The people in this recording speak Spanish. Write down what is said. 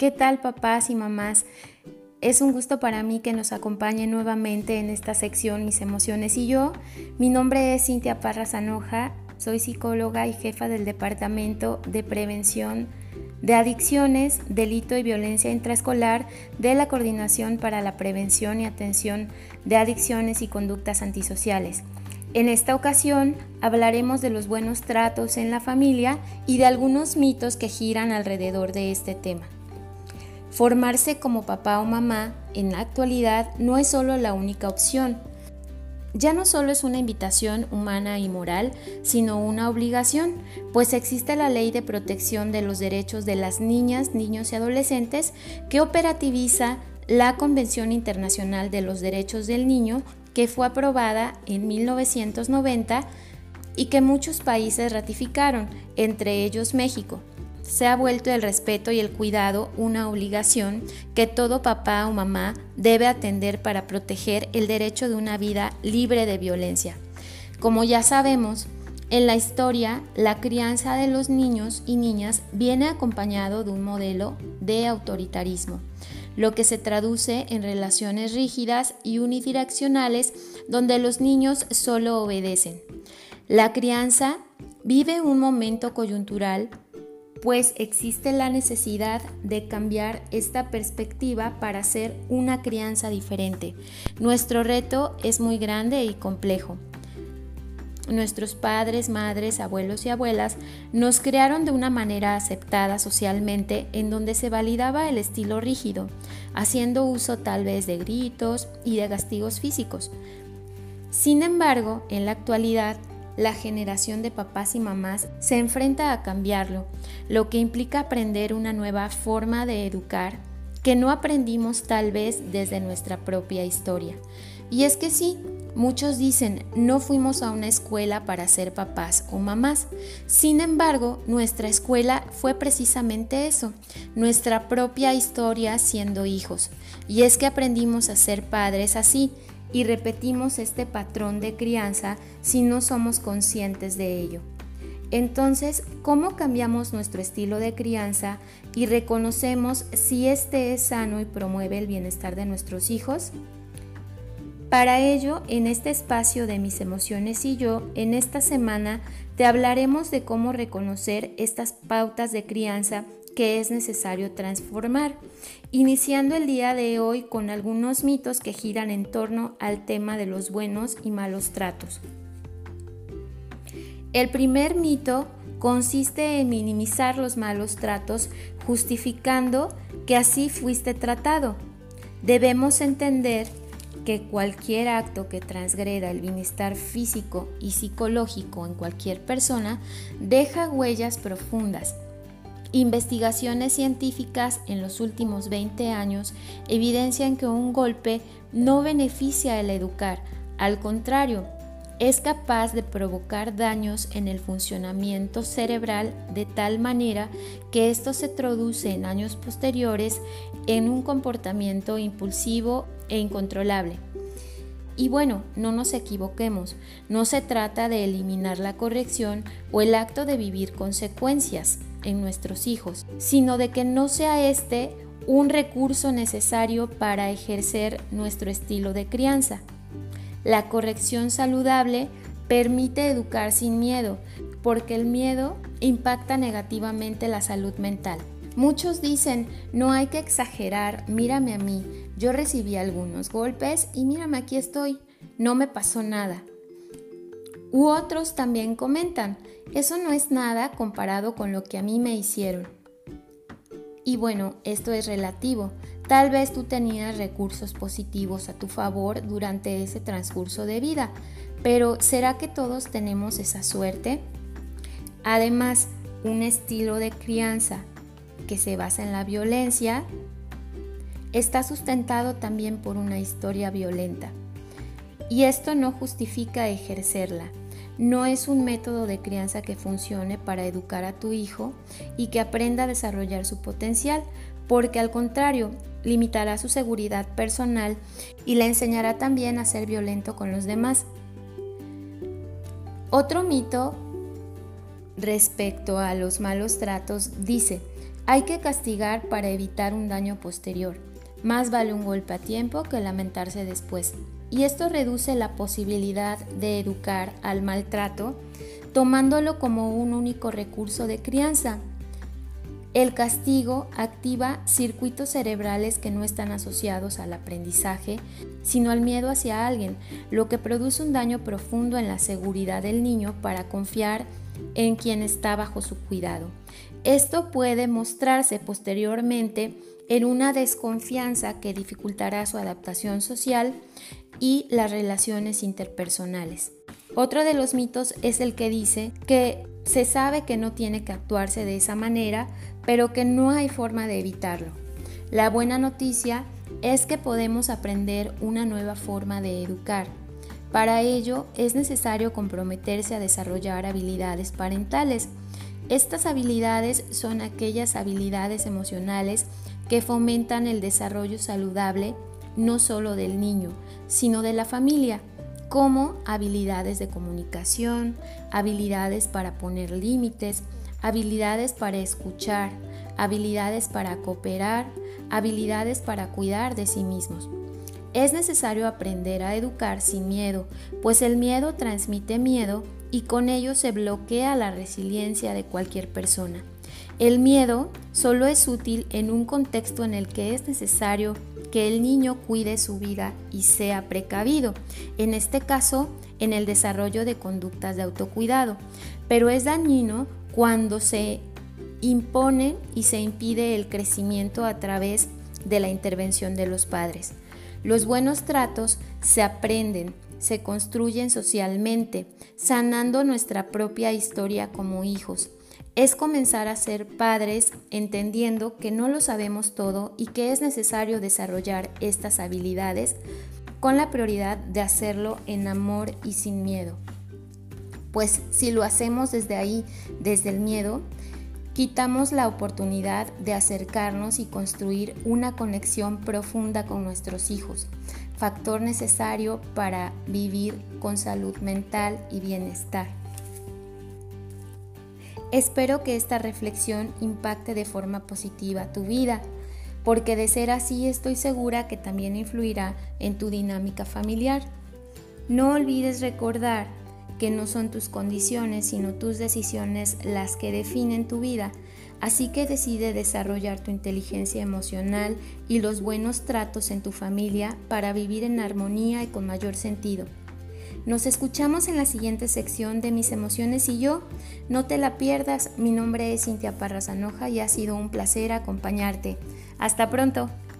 ¿Qué tal, papás y mamás? Es un gusto para mí que nos acompañen nuevamente en esta sección Mis emociones y yo. Mi nombre es Cintia Parra Zanoja, soy psicóloga y jefa del Departamento de Prevención de Adicciones, Delito y Violencia Intraescolar de la Coordinación para la Prevención y Atención de Adicciones y Conductas Antisociales. En esta ocasión hablaremos de los buenos tratos en la familia y de algunos mitos que giran alrededor de este tema. Formarse como papá o mamá en la actualidad no es solo la única opción. Ya no solo es una invitación humana y moral, sino una obligación, pues existe la Ley de Protección de los Derechos de las Niñas, Niños y Adolescentes que operativiza la Convención Internacional de los Derechos del Niño, que fue aprobada en 1990 y que muchos países ratificaron, entre ellos México. Se ha vuelto el respeto y el cuidado una obligación que todo papá o mamá debe atender para proteger el derecho de una vida libre de violencia. Como ya sabemos, en la historia, la crianza de los niños y niñas viene acompañado de un modelo de autoritarismo, lo que se traduce en relaciones rígidas y unidireccionales donde los niños solo obedecen. La crianza vive un momento coyuntural, pues existe la necesidad de cambiar esta perspectiva para hacer una crianza diferente. Nuestro reto es muy grande y complejo. Nuestros padres, madres, abuelos y abuelas nos criaron de una manera aceptada socialmente en donde se validaba el estilo rígido, haciendo uso tal vez de gritos y de castigos físicos. Sin embargo, en la actualidad, la generación de papás y mamás se enfrenta a cambiarlo, lo que implica aprender una nueva forma de educar que no aprendimos tal vez desde nuestra propia historia. Y es que sí, muchos dicen, no fuimos a una escuela para ser papás o mamás. Sin embargo, nuestra escuela fue precisamente eso, nuestra propia historia siendo hijos. Y es que aprendimos a ser padres así, y repetimos este patrón de crianza si no somos conscientes de ello. Entonces, ¿cómo cambiamos nuestro estilo de crianza y reconocemos si este es sano y promueve el bienestar de nuestros hijos? Para ello, en este espacio de Mis emociones y yo, en esta semana te hablaremos de cómo reconocer estas pautas de crianza que es necesario transformar, iniciando el día de hoy con algunos mitos que giran en torno al tema de los buenos y malos tratos. El primer mito consiste en minimizar los malos tratos, justificando que así fuiste tratado. Debemos entender que cualquier acto que transgreda el bienestar físico y psicológico en cualquier persona deja huellas profundas. Investigaciones científicas en los últimos 20 años evidencian que un golpe no beneficia el educar, al contrario, es capaz de provocar daños en el funcionamiento cerebral de tal manera que esto se traduce en años posteriores en un comportamiento impulsivo e incontrolable. Y bueno, no nos equivoquemos, no se trata de eliminar la corrección o el acto de vivir consecuencias en nuestros hijos, sino de que no sea este un recurso necesario para ejercer nuestro estilo de crianza. La corrección saludable permite educar sin miedo, porque el miedo impacta negativamente la salud mental. Muchos dicen, no hay que exagerar, mírame a mí, yo recibí algunos golpes y mírame aquí estoy, no me pasó nada. U otros también comentan, eso no es nada comparado con lo que a mí me hicieron. Y bueno, esto es relativo. Tal vez tú tenías recursos positivos a tu favor durante ese transcurso de vida, pero ¿será que todos tenemos esa suerte? Además, un estilo de crianza que se basa en la violencia está sustentado también por una historia violenta. Y esto no justifica ejercerla. No es un método de crianza que funcione para educar a tu hijo y que aprenda a desarrollar su potencial, porque al contrario, limitará su seguridad personal y le enseñará también a ser violento con los demás. Otro mito respecto a los malos tratos dice: Hay que castigar para evitar un daño posterior. Más vale un golpe a tiempo que lamentarse después. Y esto reduce la posibilidad de educar al maltrato, tomándolo como un único recurso de crianza. El castigo activa circuitos cerebrales que no están asociados al aprendizaje, sino al miedo hacia alguien, lo que produce un daño profundo en la seguridad del niño para confiar en quien está bajo su cuidado. Esto puede mostrarse posteriormente en una desconfianza que dificultará su adaptación social y las relaciones interpersonales. Otro de los mitos es el que dice que se sabe que no tiene que actuarse de esa manera, pero que no hay forma de evitarlo. La buena noticia es que podemos aprender una nueva forma de educar. Para ello es necesario comprometerse a desarrollar habilidades parentales. Estas habilidades son aquellas habilidades emocionales que fomentan el desarrollo saludable no solo del niño, sino de la familia, como habilidades de comunicación, habilidades para poner límites, habilidades para escuchar, habilidades para cooperar, habilidades para cuidar de sí mismos. Es necesario aprender a educar sin miedo, pues el miedo transmite miedo y con ello se bloquea la resiliencia de cualquier persona. El miedo solo es útil en un contexto en el que es necesario que el niño cuide su vida y sea precavido, en este caso en el desarrollo de conductas de autocuidado, pero es dañino cuando se impone y se impide el crecimiento a través de la intervención de los padres. Los buenos tratos se aprenden, se construyen socialmente, sanando nuestra propia historia como hijos. Es comenzar a ser padres entendiendo que no lo sabemos todo y que es necesario desarrollar estas habilidades con la prioridad de hacerlo en amor y sin miedo. Pues si lo hacemos desde ahí, desde el miedo, quitamos la oportunidad de acercarnos y construir una conexión profunda con nuestros hijos, factor necesario para vivir con salud mental y bienestar. Espero que esta reflexión impacte de forma positiva tu vida, porque de ser así estoy segura que también influirá en tu dinámica familiar. No olvides recordar que no son tus condiciones, sino tus decisiones las que definen tu vida, así que decide desarrollar tu inteligencia emocional y los buenos tratos en tu familia para vivir en armonía y con mayor sentido. Nos escuchamos en la siguiente sección de Mis emociones y yo. No te la pierdas. Mi nombre es Cintia Parra Sanoja y ha sido un placer acompañarte. Hasta pronto.